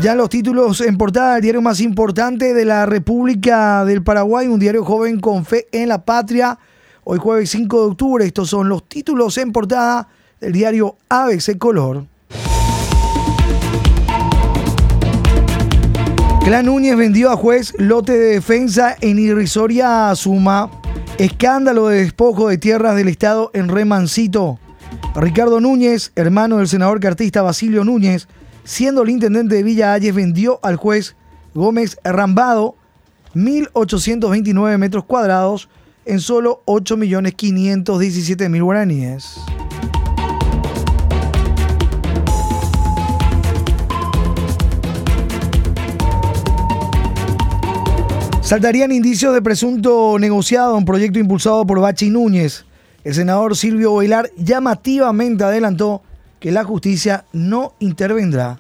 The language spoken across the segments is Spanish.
Ya los títulos en portada del diario más importante de la República del Paraguay, un diario joven con fe en la patria. Hoy jueves 5 de octubre, estos son los títulos en portada del diario ABC Color. Clan Núñez vendió a juez lote de defensa en irrisoria suma. Escándalo de despojo de tierras del Estado en Remancito. Ricardo Núñez, hermano del senador cartista Basilio Núñez, siendo el intendente de Villa Hayes, vendió al juez Gómez Rambado 1.829 metros cuadrados en solo 8.517.000 guaraníes. Saltarían indicios de presunto negociado, un proyecto impulsado por Bachi Núñez. El senador Silvio Bailar llamativamente adelantó que la justicia no intervendrá.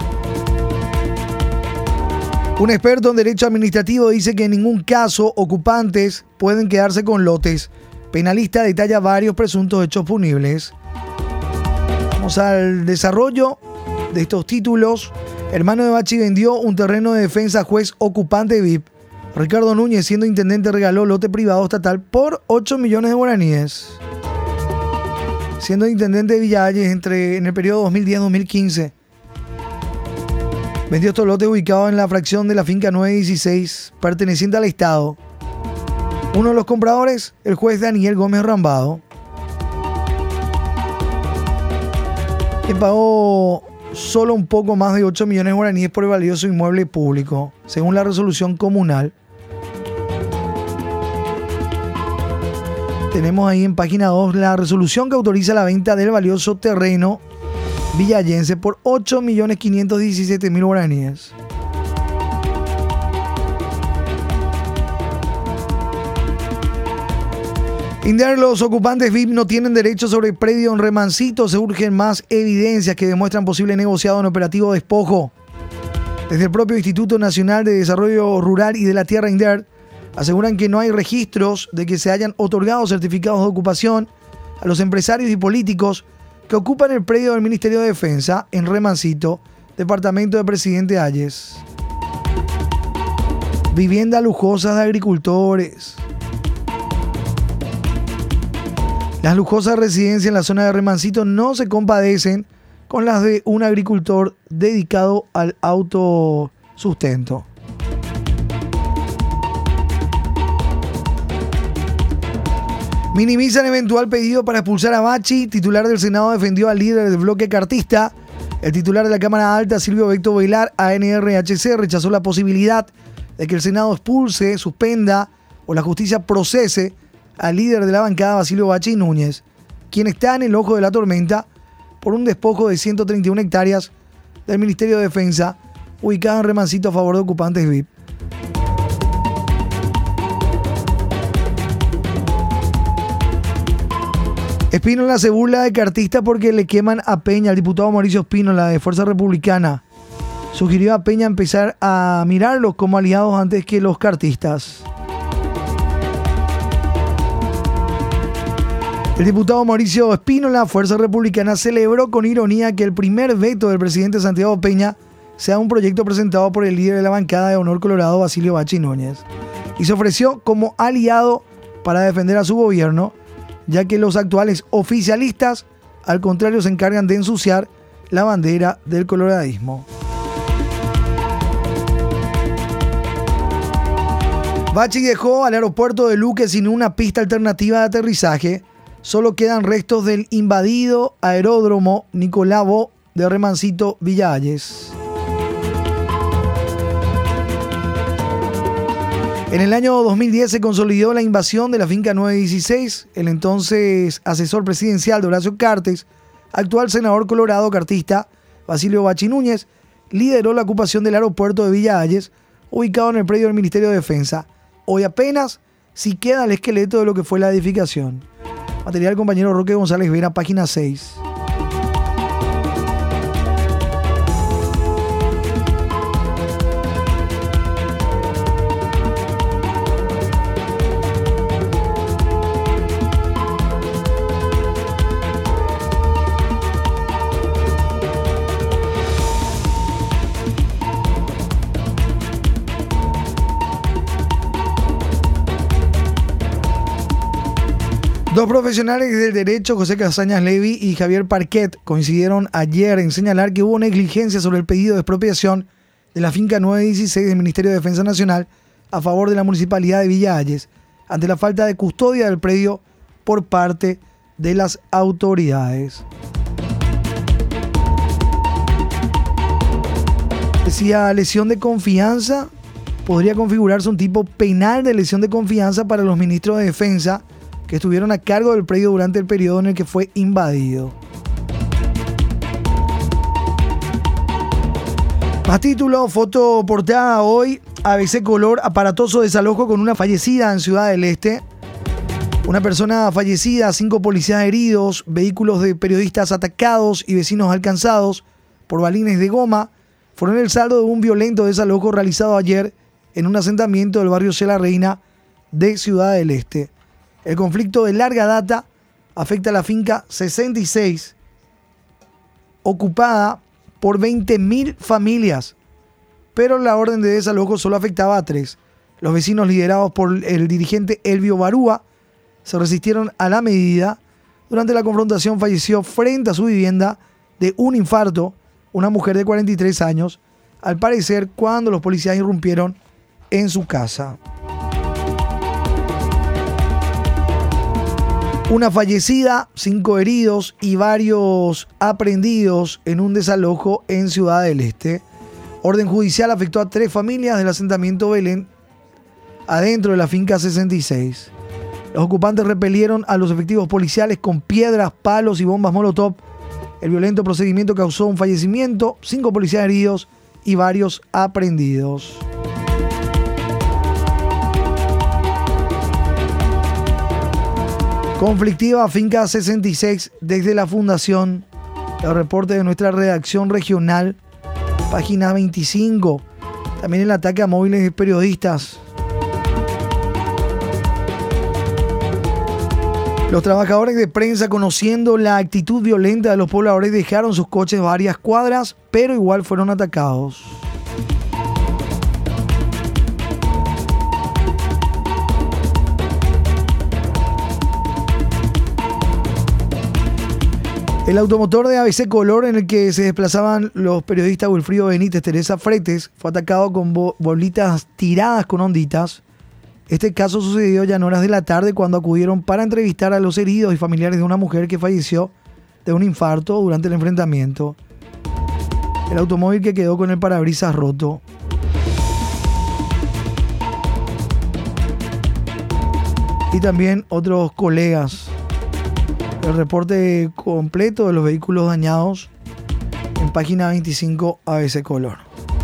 Un experto en derecho administrativo dice que en ningún caso ocupantes pueden quedarse con lotes. Penalista detalla varios presuntos hechos punibles. Vamos al desarrollo de estos títulos. Hermano de Bachi vendió un terreno de defensa a juez ocupante VIP. Ricardo Núñez, siendo intendente, regaló lote privado estatal por 8 millones de guaraníes. Siendo intendente de Villa Hayes en el periodo 2010-2015, vendió estos lotes ubicados en la fracción de la finca 916, perteneciente al Estado. Uno de los compradores, el juez Daniel Gómez Rambado, que pagó solo un poco más de 8 millones de guaraníes por el valioso inmueble público, según la resolución comunal. Tenemos ahí en página 2 la resolución que autoriza la venta del valioso terreno villayense por 8.517.000 guaraníes. INDER, los ocupantes VIP no tienen derecho sobre el predio en Remancito. Se urgen más evidencias que demuestran posible negociado en operativo despojo. Desde el propio Instituto Nacional de Desarrollo Rural y de la Tierra, INDER, aseguran que no hay registros de que se hayan otorgado certificados de ocupación a los empresarios y políticos que ocupan el predio del Ministerio de Defensa en Remancito, departamento de Presidente Hayes. Viviendas lujosas de agricultores. Las lujosas residencias en la zona de Remancito no se compadecen con las de un agricultor dedicado al autosustento. Minimizan eventual pedido para expulsar a Bachi. Titular del Senado defendió al líder del bloque cartista. El titular de la Cámara Alta, Silvio Beto Bailar, ANRHC, rechazó la posibilidad de que el Senado expulse, suspenda o la justicia procese al líder de la bancada, Basilio Bachi Núñez, quien está en el ojo de la tormenta por un despojo de 131 hectáreas del Ministerio de Defensa, ubicado en Remancito a favor de ocupantes VIP. Spínola se burla de cartista porque le queman a Peña. El diputado Mauricio Spínola, de Fuerza Republicana, sugirió a Peña empezar a mirarlos como aliados antes que los cartistas. El diputado Mauricio Spínola, Fuerza Republicana, celebró con ironía que el primer veto del presidente Santiago Peña sea un proyecto presentado por el líder de la bancada de Honor Colorado, Basilio Bachi Núñez, y se ofreció como aliado para defender a su gobierno, ya que los actuales oficialistas, al contrario, se encargan de ensuciar la bandera del coloradismo. Bachi dejó al aeropuerto de Luque sin una pista alternativa de aterrizaje. Solo quedan restos del invadido aeródromo Nicolás Bo de Remancito, Villa Hayes. En el año 2010 se consolidó la invasión de la finca 916. El entonces asesor presidencial de Horacio Cartes, actual senador colorado cartista Basilio Bachi Núñez, lideró la ocupación del aeropuerto de Villa Hayes, ubicado en el predio del Ministerio de Defensa. Hoy apenas si queda el esqueleto de lo que fue la edificación. Material compañero Roque González Vera, página 6. Dos profesionales del derecho, José Casañas Levy y Javier Parquet, coincidieron ayer en señalar que hubo negligencia sobre el pedido de expropiación de la finca 916 del Ministerio de Defensa Nacional a favor de la Municipalidad de Villa Hayes, ante la falta de custodia del predio por parte de las autoridades. Decía, lesión de confianza. Podría configurarse un tipo penal de lesión de confianza para los ministros de Defensa que estuvieron a cargo del predio durante el periodo en el que fue invadido. Más título, foto portada hoy, ABC Color, aparatoso desalojo con una fallecida en Ciudad del Este. Una persona fallecida, 5 policías heridos, vehículos de periodistas atacados y vecinos alcanzados por balines de goma fueron el saldo de un violento desalojo realizado ayer en un asentamiento del barrio Cela Reina de Ciudad del Este. El conflicto de larga data afecta a la finca 66, ocupada por 20.000 familias, pero la orden de desalojo solo afectaba a 3. Los vecinos, liderados por el dirigente Elvio Barúa, se resistieron a la medida. Durante la confrontación falleció frente a su vivienda de un infarto una mujer de 43 años, al parecer cuando los policías irrumpieron en su casa. Una fallecida, 5 heridos y varios aprehendidos en un desalojo en Ciudad del Este. Orden judicial afectó a 3 familias del asentamiento Belén, adentro de la finca 66. Los ocupantes repelieron a los efectivos policiales con piedras, palos y bombas molotov. El violento procedimiento causó un fallecimiento, 5 policías heridos y varios aprehendidos. Conflictiva finca 66 desde la fundación. El reporte de nuestra redacción regional, página 25. También el ataque a móviles de periodistas. Los trabajadores de prensa, conociendo la actitud violenta de los pobladores, dejaron sus coches varias cuadras, pero igual fueron atacados. El automotor de ABC Color en el que se desplazaban los periodistas Wilfrido Benítez, Teresa Fretes, fue atacado con bolitas tiradas con onditas. Este caso sucedió ya en horas de la tarde cuando acudieron para entrevistar a los heridos y familiares de una mujer que falleció de un infarto durante el enfrentamiento. El automóvil que quedó con el parabrisas roto. Y también otros colegas. El reporte completo de los vehículos dañados en página 25 ABC Color.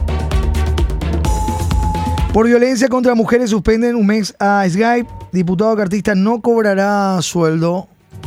Por violencia contra mujeres suspenden un mes a Sgaib. Diputado cartista no cobrará sueldo.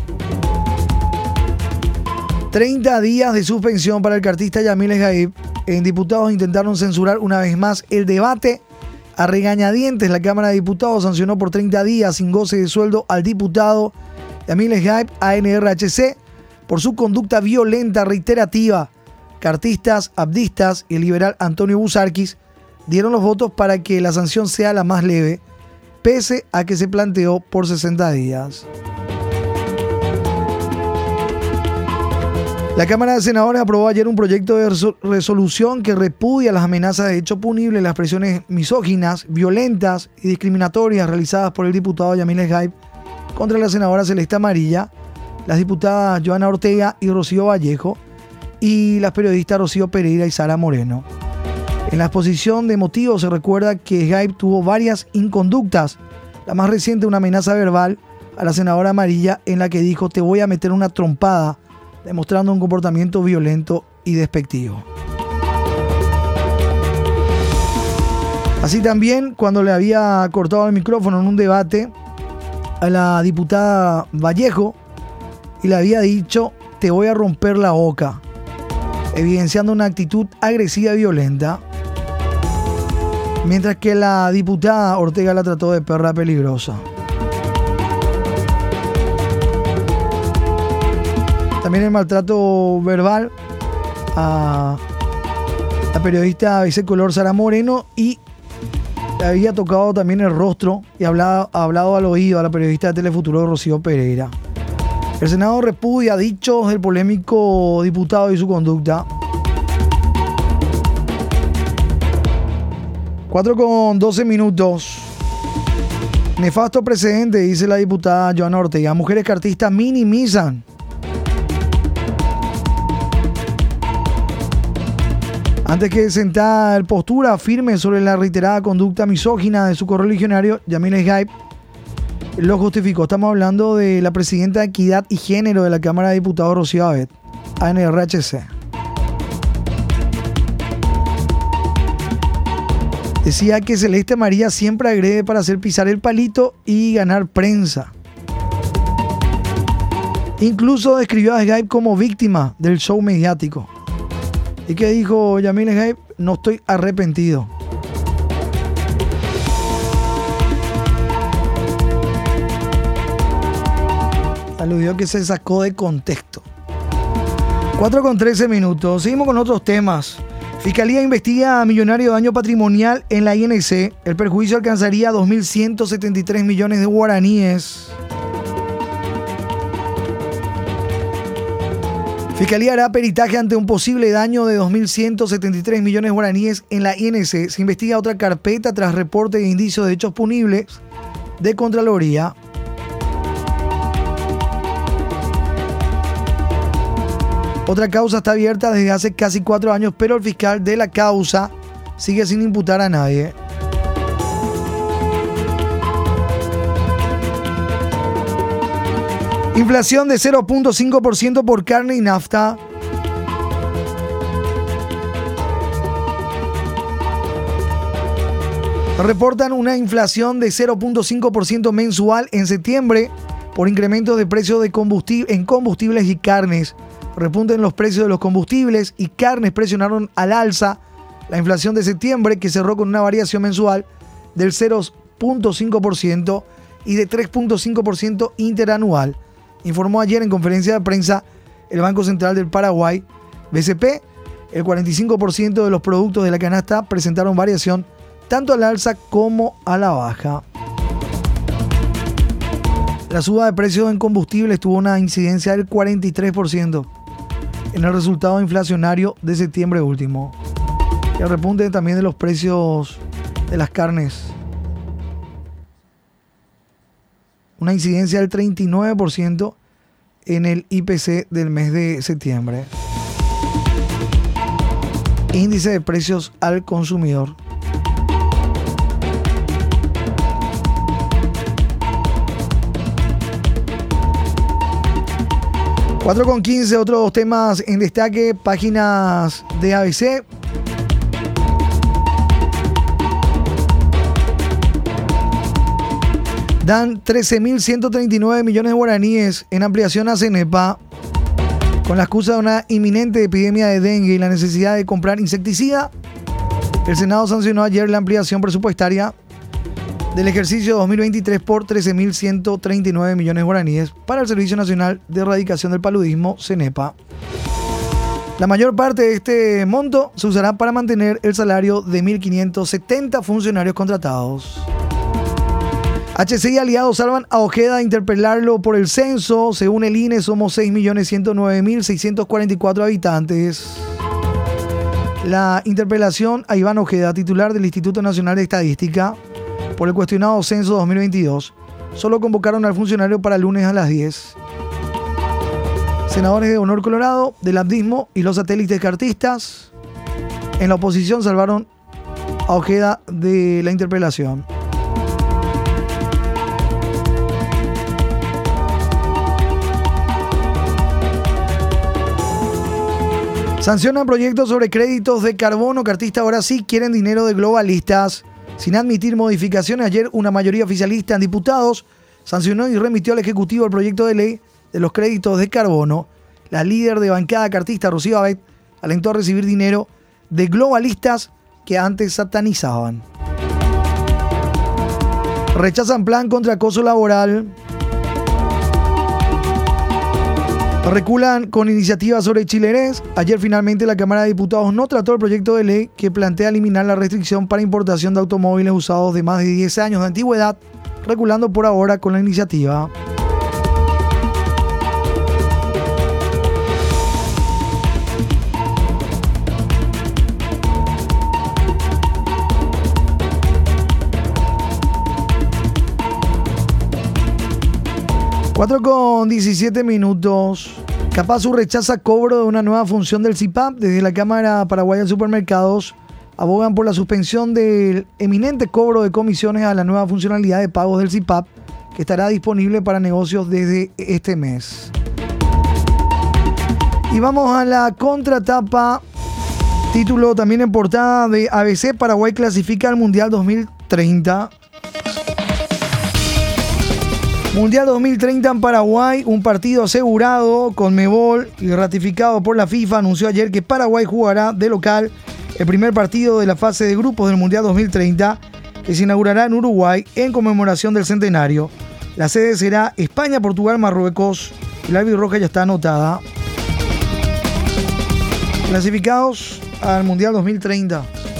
30 días de suspensión para el cartista Yamil Sgaib. En diputados intentaron censurar una vez más el debate. A regañadientes, la Cámara de Diputados sancionó por 30 días sin goce de sueldo al diputado Yamil Sgaib, ANRHC, por su conducta violenta reiterativa. Cartistas, abdistas y el liberal Antonio Busarquis dieron los votos para que la sanción sea la más leve, pese a que se planteó por 60 días. La Cámara de Senadores aprobó ayer un proyecto de resolución que repudia las amenazas de hecho punible, las expresiones misóginas, violentas y discriminatorias realizadas por el diputado Yamil Sgaib contra la senadora Celeste Amarilla, las diputadas Joana Ortega y Rocío Vallejo y las periodistas Rocío Pereira y Sara Moreno. En la exposición de motivos se recuerda que Sgaib tuvo varias inconductas, la más reciente una amenaza verbal a la senadora Amarilla en la que dijo "te voy a meter una trompada", demostrando un comportamiento violento y despectivo. Así también, cuando le había cortado el micrófono en un debate a la diputada Vallejo y le había dicho "te voy a romper la boca", evidenciando una actitud agresiva y violenta, mientras que la diputada Ortega la trató de perra peligrosa. También el maltrato verbal a la periodista ABC Color Sara Moreno, y le había tocado también el rostro y hablado al oído a la periodista de Telefuturo Rocío Pereira. El Senado repudia dichos del polémico diputado y su conducta. 4:12. Nefasto precedente, dice la diputada Joana Ortega. Mujeres cartistas minimizan. Antes que sentar postura firme sobre la reiterada conducta misógina de su correligionario, Yamil Sgaib lo justificó. Estamos hablando de la presidenta de Equidad y Género de la Cámara de Diputados, Rocío Abet, ANRHC. Decía que Celeste María siempre agrede para hacer pisar el palito y ganar prensa. Incluso describió a Sgaib como víctima del show mediático. ¿Y qué dijo Yamil Sgaib? No estoy arrepentido. Aludió que se sacó de contexto. 4:13. Seguimos con otros temas. Fiscalía investiga millonario daño patrimonial en la INC. El perjuicio alcanzaría 2.173 millones de guaraníes. Fiscalía hará peritaje ante un posible daño de 2.173 millones de guaraníes en la INC. Se investiga otra carpeta tras reporte de indicios de hechos punibles de Contraloría. Otra causa está abierta desde hace casi 4 años, pero el fiscal de la causa sigue sin imputar a nadie. Inflación de 0.5% por carne y nafta. Reportan una inflación de 0.5% mensual en septiembre por incrementos de precios de combustibles y carnes. Repunte en los precios de los combustibles y carnes presionaron al alza la inflación de septiembre, que cerró con una variación mensual del 0.5% y de 3.5% interanual. Informó ayer en conferencia de prensa el Banco Central del Paraguay, BCP. El 45% de los productos de la canasta presentaron variación tanto al alza como a la baja. La suba de precios en combustibles tuvo una incidencia del 43% en el resultado inflacionario de septiembre último. Y el repunte también de los precios de las carnes. Una incidencia del 39% en el IPC del mes de septiembre. Índice de precios al consumidor. (4:15). Otros temas en destaque, páginas de ABC. Dan 13.139 millones de guaraníes en ampliación a Cenepa con la excusa de una inminente epidemia de dengue y la necesidad de comprar insecticida. El Senado sancionó ayer la ampliación presupuestaria del ejercicio 2023 por 13.139 millones de guaraníes para el Servicio Nacional de Erradicación del Paludismo, Cenepa. La mayor parte de este monto se usará para mantener el salario de 1.570 funcionarios contratados. HC y aliados salvan a Ojeda de interpelarlo por el censo. Según el INE, somos 6.109.644 habitantes. La interpelación a Iván Ojeda, titular del Instituto Nacional de Estadística, por el cuestionado censo 2022, solo convocaron al funcionario para el lunes a las 10. Senadores de Honor Colorado, del abdismo y los satélites cartistas en la oposición salvaron a Ojeda de la interpelación. Sancionan proyectos sobre créditos de carbono. Cartistas ahora sí quieren dinero de globalistas. Sin admitir modificaciones, ayer una mayoría oficialista en diputados sancionó y remitió al Ejecutivo el proyecto de ley de los créditos de carbono. La líder de bancada cartista, Rocío Abet, alentó a recibir dinero de globalistas que antes satanizaban. Rechazan plan contra acoso laboral. Reculan con iniciativas sobre chilenés. Ayer finalmente la Cámara de Diputados no trató el proyecto de ley que plantea eliminar la restricción para importación de automóviles usados de más de 10 años de antigüedad, reculando por ahora con la iniciativa. 4:17. Capazu rechaza cobro de una nueva función del CIPAP. Desde la Cámara Paraguaya de Supermercados abogan por la suspensión del eminente cobro de comisiones a la nueva funcionalidad de pagos del CIPAP, que estará disponible para negocios desde este mes. Y vamos a la contratapa. Título también en portada de ABC: Paraguay clasifica al Mundial 2030. Mundial 2030 en Paraguay, un partido asegurado. Conmebol y ratificado por la FIFA anunció ayer que Paraguay jugará de local el primer partido de la fase de grupos del Mundial 2030, que se inaugurará en Uruguay en conmemoración del centenario. La sede será España, Portugal, Marruecos. Y la albirroja ya está anotada. Clasificados al Mundial 2030.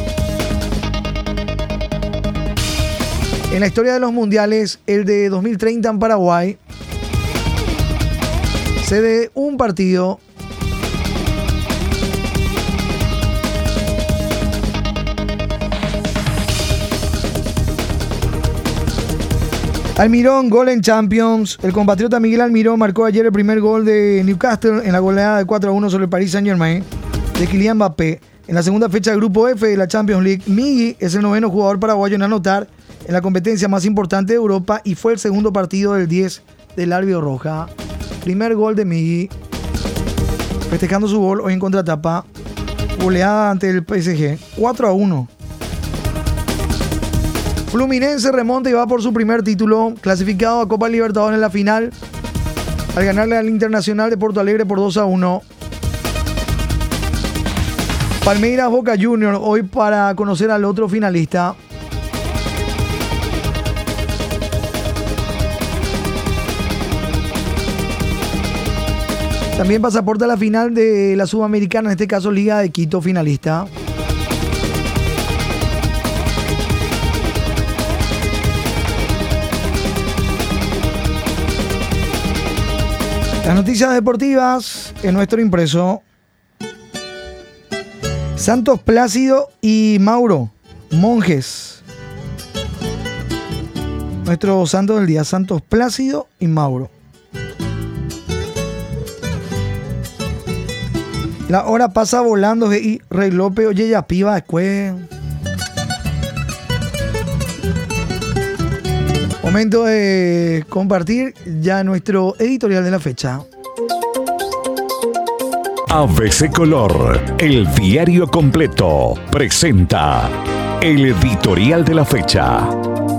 En la historia de los mundiales, el de 2030 en Paraguay, sede un partido. Almirón, gol en Champions. El compatriota Miguel Almirón marcó ayer el primer gol de Newcastle en la goleada de 4-1 sobre el Paris Saint-Germain de Kylian Mbappé. En la segunda fecha del Grupo F de la Champions League, Migui es el noveno jugador paraguayo en anotar en la competencia más importante de Europa y fue el segundo partido del 10 del albirroja. Primer gol de Migui, festejando su gol hoy en contratapa. Goleada ante el PSG, 4-1. Fluminense remonta y va por su primer título, clasificado a Copa Libertadores en la final, al ganarle al Internacional de Porto Alegre por 2-1. Palmeiras Boca Juniors, hoy para conocer al otro finalista. También pasaporte a la final de la Sudamericana, en este caso Liga de Quito, finalista. Las noticias deportivas en nuestro impreso. Santos Plácido y Mauro Monjes. Nuestro santo del día, Santos Plácido y Mauro. La hora pasa volando y Rey López, oye, ya piba, después. Momento de compartir ya nuestro editorial de la fecha. ABC Color, el diario completo, presenta el editorial de la fecha.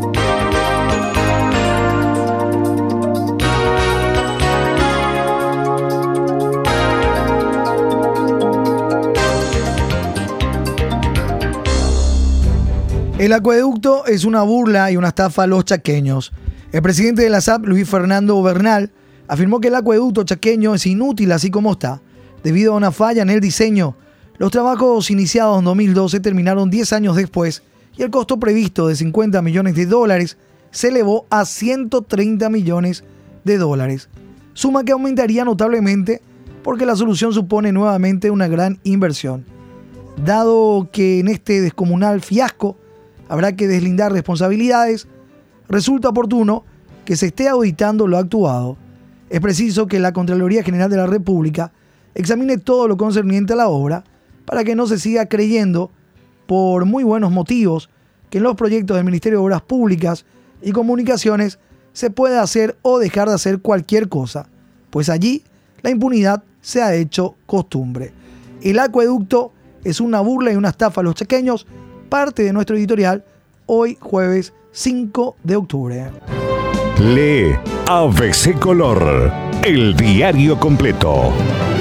El acueducto es una burla y una estafa a los chaqueños. El presidente de la SAP, Luis Fernando Bernal, afirmó que el acueducto chaqueño es inútil así como está, debido a una falla en el diseño. Los trabajos iniciados en 2012 terminaron 10 años después y el costo previsto de $50 millones se elevó a $130 millones. Suma que aumentaría notablemente porque la solución supone nuevamente una gran inversión. Dado que en este descomunal fiasco habrá que deslindar responsabilidades, resulta oportuno que se esté auditando lo actuado. Es preciso que la Contraloría General de la República examine todo lo concerniente a la obra para que no se siga creyendo, por muy buenos motivos, que en los proyectos del Ministerio de Obras Públicas y Comunicaciones se puede hacer o dejar de hacer cualquier cosa, pues allí la impunidad se ha hecho costumbre. El acueducto es una burla y una estafa a los chaqueños, parte de nuestro editorial, hoy jueves 5 de octubre. Lee ABC Color, el diario completo.